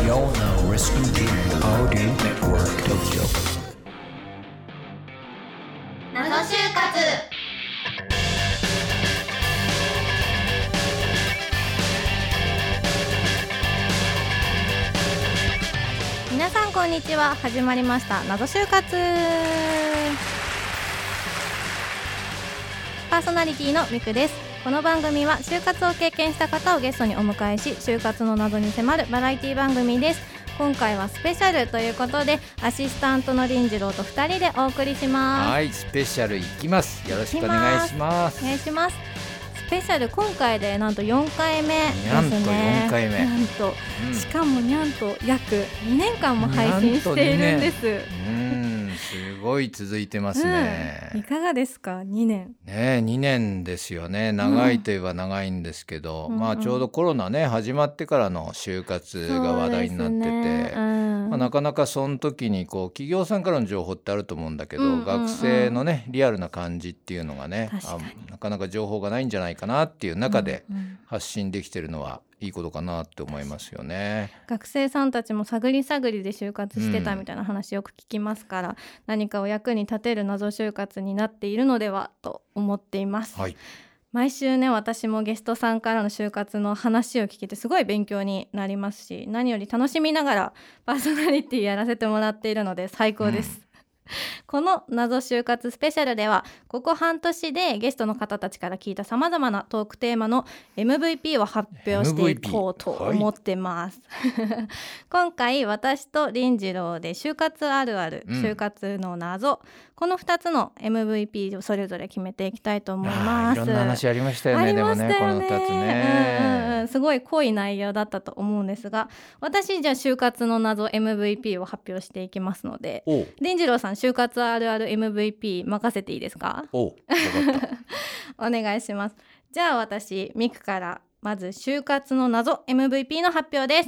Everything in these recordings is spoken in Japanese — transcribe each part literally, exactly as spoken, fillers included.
You're now listening to Audio Network Tokyo. 謎就活。皆さんこんにちは。始まりました謎就活。パーソナリティのみくです。この番組は就活を経験した方をゲストにお迎えし、就活の謎に迫るバラエティ番組です。今回はスペシャルということで、アシスタントの林次郎とふたりでお送りします。 はい、スペシャルいきます。よろしくお願いします。 お願いします。スペシャル今回でなんとよんかいめですね。 なんとよんかいめ。 なんと、うん、しかもにゃんと約にねんかんも配信しているんです。 うん、すごい続いてますね。 うん、いかがですか？にねん。 ね、にねんですよね。長いといえば長いんですけど、うん、まあちょうどコロナね始まってからの就活が話題になってて、ね、うん、まあ、なかなかその時にこう企業さんからの情報ってあると思うんだけど、うんうんうん、学生のねリアルな感じっていうのがね、あ、なかなか情報がないんじゃないかなっていう中で発信できてるのはいいことかなって思いますよね。 学生さんたちも探り探りで就活してたみたいな話よく聞きますから、うん、何かお役に立てる謎就活になっているのではと思っています。 はい、 毎週ね、私もゲストさんからの就活の話を聞けてすごい勉強になりますし、何より楽しみながらパーソナリティやらせてもらっているので最高です、うん。この謎就活スペシャルでは、ここ半年でゲストの方たちから聞いたさまざまなトークテーマの エムブイピー を発表していこうと思ってます、はい、今回私と林次郎で就活あるある、うん、就活の謎、このふたつの エムブイピー をそれぞれ決めていきたいと思います。 いろんな話ありましたよね。でもね、このふたつね、 うんうん、すごい濃い内容だったと思うんですが、私じゃあ就活の謎 エムブイピー を発表していきますので、林次郎さん就活あるある エムブイピー 任せていいですか？ お、分かったお願いします。じゃあ私ミクからまず就活の謎 エムブイピー の発表です。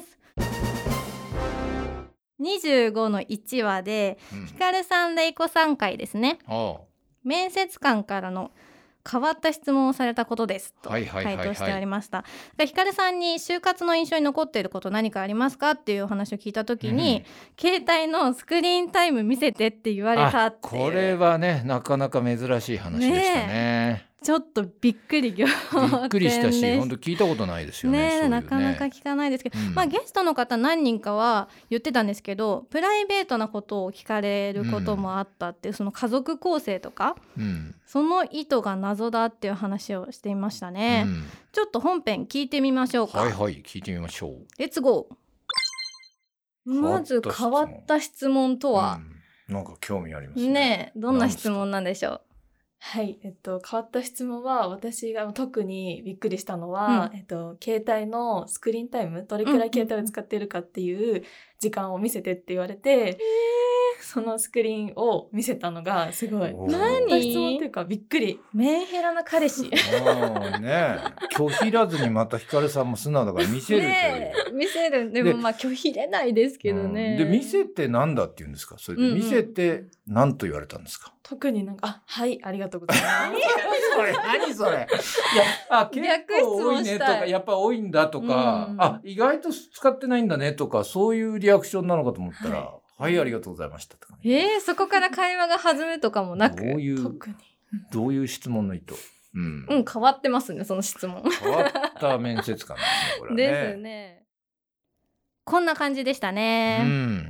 にじゅうごのいちわで、うん、ヒカルさんレイコさん回ですね。面接官からの変わった質問をされたことですと回答してありました。ヒカルさんに就活の印象に残っていること何かありますかっていうお話を聞いたときに、うん、携帯のスクリーンタイム見せてって言われたっていう。 これはね、なかなか珍しい話でしたね。ね、 ちょっとびっくりびっくりしたし、本当聞いたことないですよ ね, ね, ね。 なかなか聞かないですけど、うん、まあ、ゲストの方何人かは言ってたんですけど、プライベートなことを聞かれることもあったっていう、うん、その家族構成とか、うん、その意図が謎だっていう話をしていましたね、うん、ちょっと本編聞いてみましょうか。 はいはい、聞いてみましょう。 レッツゴー。まず変わった質問とは、 うん、なんか興味ありますね。 ねえ、どんな質問なんでしょう。 はい、えっと、変わった質問は、私が特にびっくりしたのは、うん、えっと、携帯のスクリーンタイム、どれくらい携帯を使っているかっていう時間を見せてって言われて、うん、そのスクリーンを見せたのがすごい。 何？ 質問っていうかびっくり。 メンヘラな彼氏。 あね、拒否らずにまたヒカルさんも素直だから見せるという。ね、 見せる。でもまあ拒否れないですけどね。 うん、で、見せてなんだって言うんですか？それで、うんうん、見せて何と言われたんですか？ 特になんか、あ、はい、ありがとうございます。 それ何それ。いや、あ、結構多いねとか、やっぱ多いんだとか、うん、あ、意外と使ってないんだねとか、そういうリアクションなのかと思ったら、はい、はい、ありがとうございましたとか、ね。 えー、そこから会話が弾むとかもなく。 どういう、 特に。 どういう質問の意図？ うん、うん、変わってますね、その質問。 変わった面接官ですね、これはね。 ですね。こんな感じでしたね。 うん。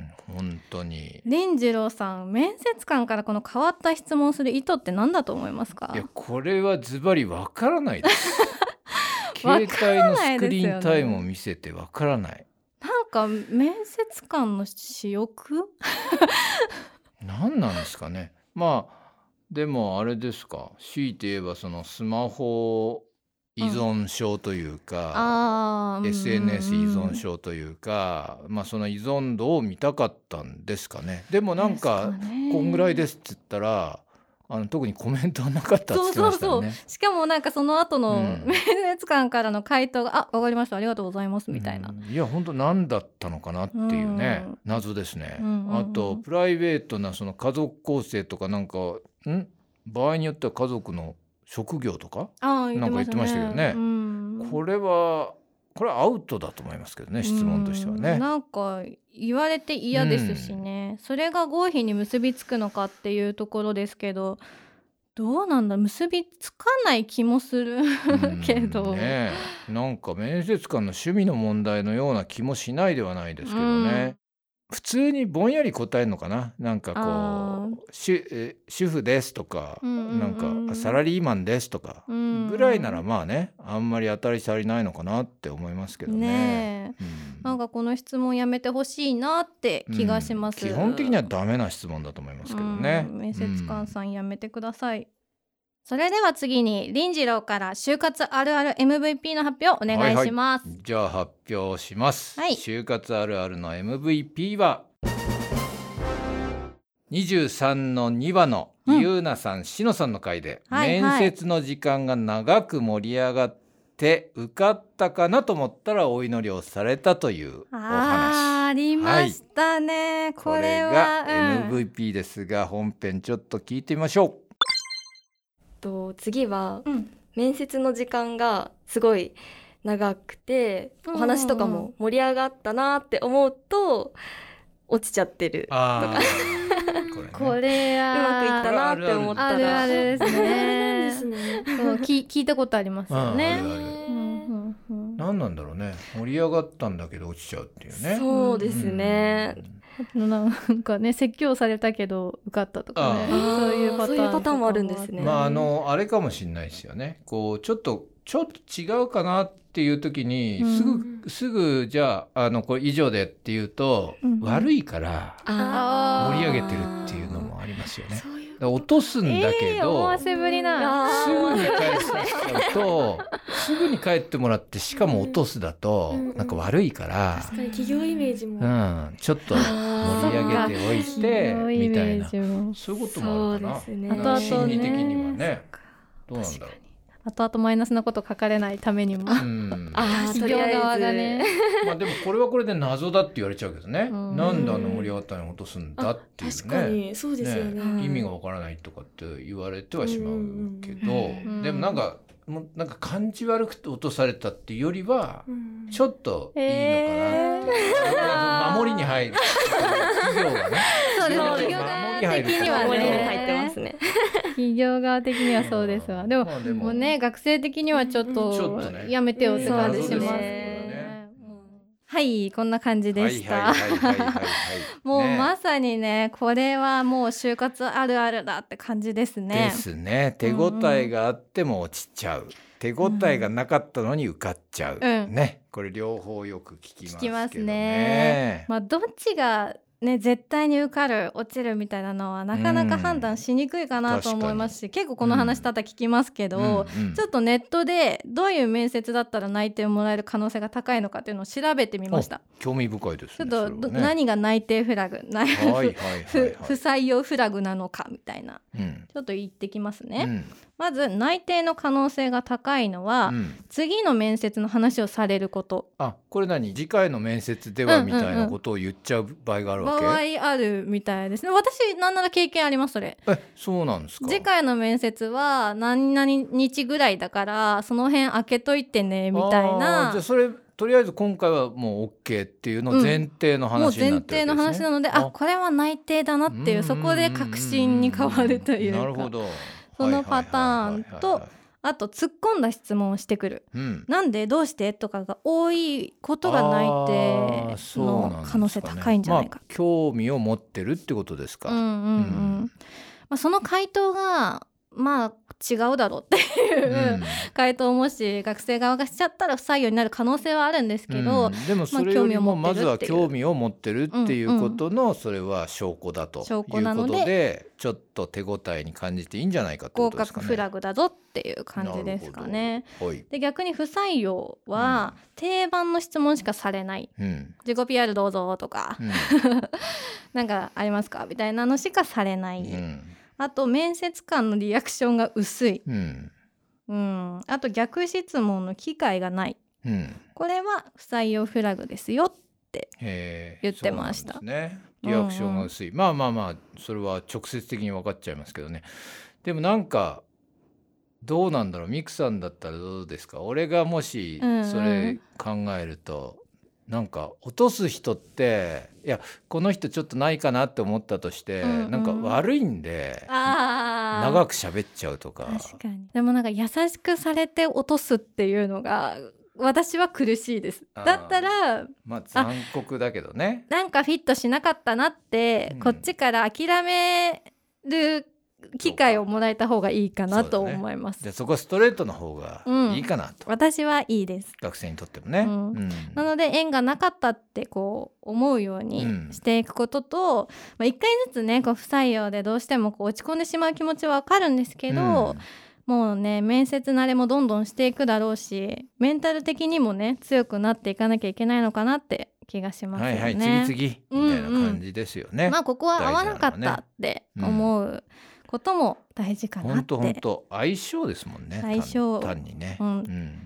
本当に林次郎さん、面接官からこの変わった質問する意図って何だと思いますか？ いや、これはズバリわからないです携帯のスクリーンタイムを見せてわからない。 なんか面接官の私欲何なんですかね。まあでもあれですか、強いて言えばそのスマホ依存症というか、うん、エスエヌエス 依存症というか、まあ、その依存度を見たかったんですかね。でもなんかこんぐらいですって言ったら、あの特にコメントはなかったって言ってましたよね。 そうそうそう。しかもなんかその後の面接官からの回答が、うん、あ、わかりました、ありがとうございますみたいな、うん、 いや本当何だったのかなっていうね、うん、謎ですね、うんうんうん、あとプライベートなその家族構成とか、なんかん場合によっては家族の職業とかなんか言ってましたけどね、うん、これはこれはアウトだと思いますけどね、質問としてはね。 なんか言われて嫌ですしね、それが合否に結びつくのかっていうところですけど、どうなんだ、結びつかない気もするけど、 ね、なんか面接官の趣味の問題のような気もしないではないですけどね、普通にぼんやり答えるのかな。なんかこう主, え主婦ですとか、うんうんうん、なんかサラリーマンですとかぐらいならまあね、あんまり当たり障りないのかなって思いますけど ね, ね、うん、 なんかこの質問やめてほしいなって気がします、 うん、基本的にはダメな質問だと思いますけどね、 うん、面接官さんやめてください、うん。それでは次に林次郎から就活あるある エムブイピー の発表お願いします、 はいはい、じゃあ発表します、 はい、 就活あるあるの エムブイピー はにじゅうさんのにばのゆうなさん、しのさんの回で、はいはい、面接の時間が長く盛り上がって受かったかなと思ったらお祈りをされたというお話。 あ, ありましたね、はい、これはこれが エムブイピー ですが、うん、本編ちょっと聞いてみましょう。 と次は、うん、面接の時間がすごい長くて、うん、お話とかも盛り上がったなって思うと落ちちゃってるとかこれ、ね、これうまくいったなって思ったらあるあるですねそう聞, 聞いたことありますよね。 あるある、うんうん、何なんだろうね、盛り上がったんだけど落ちちゃうっていうね。 そうですね、 うん、なんかね説教されたけど受かったとかね、そういうパターン、 そういうパターンもあるんですね。 まああのあれかもしれないですよね、こうちょっとちょっと違うかなっていう時にすぐ、うん、すぐじゃあ、あのこれ以上でっていうと、うん、悪いから盛り上げてるっていうのもありますよね。落とすんだけど、えー、 思わせぶりなすぐに返すとすぐに帰ってもらってしかも落とすだと、うん、なんか悪いから、 確かに企業イメージも、 うん、ちょっと盛り上げておいてみたいな、そういうこともあるかな。そうですね、あとあとね、心理的にはね、どうなんだろう、 後々マイナスなこと書かれないためにも、うん、あ企業側がねまあでもこれはこれで謎だって言われちゃうけどね、うん、なんであの盛り上がったのに落とすんだっていうね、 確かにそうですよ ね, ね、意味がわからないとかって言われてはしまうけど、うん、でもなんかもうなんか感じ悪くて落とされたっていうよりは、うん、ちょっといいのかなって、えー、守りに入る企業がねそうです、企業側的にはね入ってますね企業側的にはそうですわ。でも、まあ、でももうね学生的にはちょっとやめてよって感じしますね。はい、こんな感じでした。もうまさにね、これはもう就活あるあるだって感じですね。 ですね。手応えがあっても落ちちゃう、うん、手応えがなかったのに受かっちゃう、うん、ね、これ両方よく聞きますけどね。聞きますね。 まあどっちがね、絶対に受かる落ちるみたいなのはなかなか判断しにくいかなと思いますし、うん、結構この話多々聞きますけど、うんうん、ちょっとネットでどういう面接だったら内定をもらえる可能性が高いのかっていうのを調べてみました。 興味深いですね。 ちょっと、ね、何が内定フラグ不採用フラグなのかみたいな、うん、ちょっと言ってきますね、うん、まず内定の可能性が高いのは、うん、次の面接の話をされること。 あ、これ何、次回の面接ではみたいなことを言っちゃう場合があるわけ、 場合あるみたいですね。私なんなら経験あります。それえそうなんですか。 次回の面接は何々日ぐらいだからその辺開けといてねみたいな。 あ、じゃあそれとりあえず今回はもう OK っていうの前提の話になってるわけですね、うん、もう前提の話なので、あ、これは内定だなっていう、そこで確信に変わるというか、なるほど、そのパターンと、あと突っ込んだ質問をしてくる、うん、なんでどうしてとかが多いことが内定の可能性高いんじゃないか、 まあ、興味を持ってるってことですか、うんうんうんうん、 まあ、その回答がまあ違うだろうっていう、うん、回答をもし学生側がしちゃったら不採用になる可能性はあるんですけど、うん、 でもそれよりもまずは興味を持ってるっていうことのそれは証拠だということで、ちょっと手応えに感じていいんじゃないかってことですかね。 合格フラグだぞっていう感じですかね。で逆に不採用は定番の質問しかされない、うん、自己 ピーアール どうぞとか、うん、なんかありますかみたいなのしかされない、うん、あと面接官のリアクションが薄い、うんうん、あと逆質問の機会がない、うん、これは不採用フラグですよって言ってました。 そうなんですね。リアクションが薄い、うんうん、まあまあまあそれは直接的に分かっちゃいますけどね。でもなんかどうなんだろう、ミクさんだったらどうですか。俺がもしそれ考えると、うんうん、なんか落とす人っていやこの人ちょっとないかなって思ったとして、うんうん、なんか悪いんで長く喋っちゃうとか。 確かに。でもなんか優しくされて落とすっていうのが私は苦しいです。だったらまあ残酷だけどね、 なんかフィットしなかったなって、うん、こっちから諦める機会をもらえた方がいいかなと思います。 そ、ね、でそこはストレートの方がいいかなと、 うん、私はいいです。 学生にとってもね、うんうん、 なので縁がなかったってこう思うようにしていくことと、うんまあ、いっかいずつねこう不採用でどうしてもこう落ち込んでしまう気持ちはわかるんですけど、うんもうね面接慣れもどんどんしていくだろうしメンタル的にもね強くなっていかなきゃいけないのかなって気がしますよね。 はいはい次々みたいな感じですよね、 うんうん、まあここは合わなかったって思うことも大事かなって。 本当本当相性ですもんね。 相性単にね、 うんうん、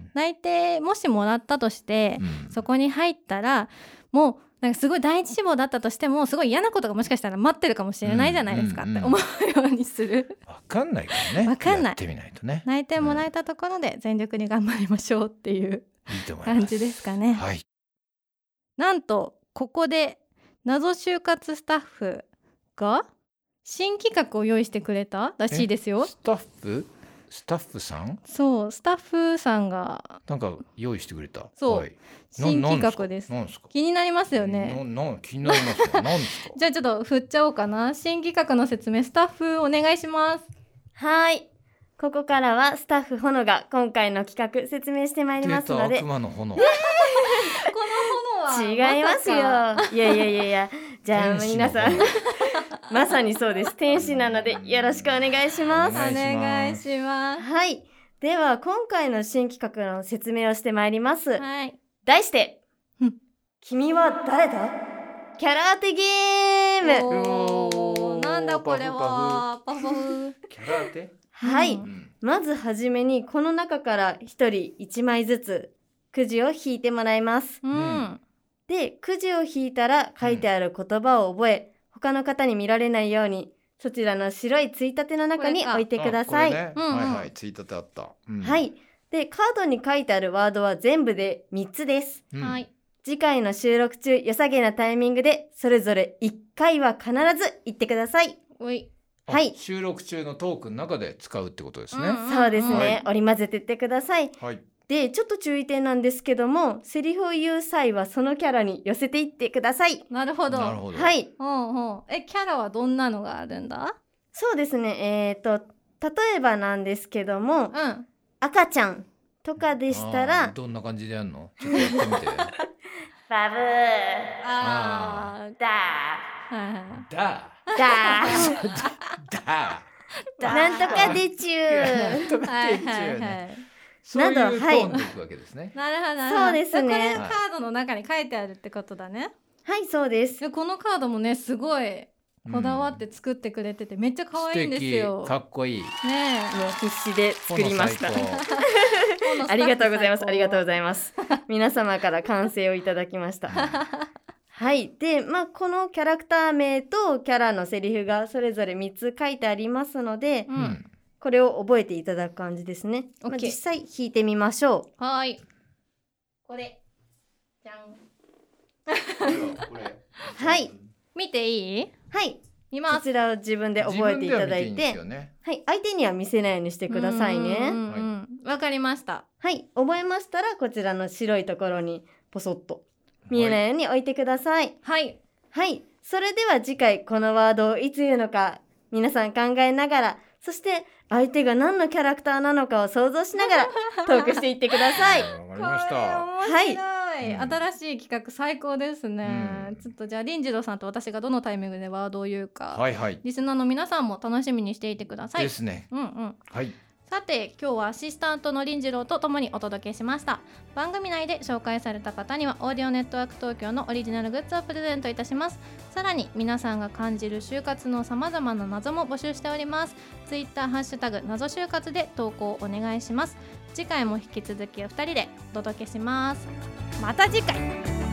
内定もしもらったとして、うん、そこに入ったらもうなんかすごい第一志望だったとしてもすごい嫌なことがもしかしたら待ってるかもしれないじゃないですかって思うようにする。 分かんないからね。 分かんない。 やってみないとね。 内定もらえたところで全力に頑張りましょうっていう感じですかね。 はい、 なんとここで謎就活スタッフが新企画を用意してくれたらしいですよ。 スタッフスタッフさんそうスタッフさんがなんか用意してくれた。 そう、 はい、 新企画です。 なんですか。 気になりますよね。 なな気になりますか。なんですか。 じゃあちょっと振っちゃおうかな。新企画の説明スタッフお願いします。 はい、ここからはスタッフほのが今回の企画説明してまいりますので。 悪魔の炎。 この炎は違いますよ。いやいやいやいやじゃあ皆さんまさにそうです。天使なのでよろしくお願いします。 お願いします。 はい、では今回の新企画の説明をしてまいります。 はい、 題して君は誰だキャラ当てゲーム。 おーなんだこれは。パフパフキャラ当て。 はい、うん、まずはじめにこの中からひとりいちまいずつくじを引いてもらいます、 うん、 でくじを引いたら書いてある言葉を覚え、うん、他の方に見られないようにそちらの白いついたての中に置いてください。 ねうんうん、はいはいついたてあった、うん、 はい。でカードに書いてあるワードは全部でみっつです、 うん、はい。 次回の収録中良さげなタイミングでそれぞれいっかいは必ず言ってください。 おいはい、 収録中のトークの中で使うってことですね、 うんうん、そうですね、はい、織り交ぜてってください、 はい、 でちょっと注意点なんですけどもセリフを言う際はそのキャラに寄せていってください。 なるほど。 なるほど。 はい。 ほうほう。えキャラはどんなのがあるんだ。 そうですねえーと例えばなんですけども、 うん、 赤ちゃんとかでしたらどんな感じでやるのちょっとやってみて。 バブーあーだーだだだなんとかでちゅーはいはいはいそういうトーンでいくわけですね。 なるほどなるほど。 そうですね。 これカードの中に書いてあるってことだね。 はいそうです。 このカードもねすごいこだわって作ってくれてて、うん、めっちゃ可愛いんですよ。 素敵かっこいいねえもう必死で作りましたありがとうございますありがとうございます皆様から完成をいただきましたはいでまあこのキャラクター名とキャラのセリフがそれぞれみっつ書いてありますので、 うん、 これを覚えていただく感じですね、まあ、実際引いてみましょう。はいこれじゃんこれはい見ていい？ はい見ます。 こちらを自分で覚えていただいて、 いいね、 はい相手には見せないようにしてくださいね。わ、 うんうん、かりました。 はい覚えましたらこちらの白いところにポソッと見えないように置いてください。 はいはいそれでは次回このワードをいつ言うのか皆さん考えながら、そして相手が何のキャラクターなのかを想像しながらトークしていってください。 わかりました。 はい、うん、新しい企画最高ですね、うん、ちょっとじゃあ林次郎さんと私がどのタイミングでワードを言うか、 はいはい、 リスナーの皆さんも楽しみにしていてください。 ですね。 うんうん。 はい。 さて今日はアシスタントの林次郎とともにお届けしました。番組内で紹介された方にはオーディオネットワーク東京のオリジナルグッズをプレゼントいたします。さらに皆さんが感じる就活のさまざまな謎も募集しております。ツイッターハッシュタグ謎就活で投稿お願いします。次回も引き続きお二人でお届けします。また次回。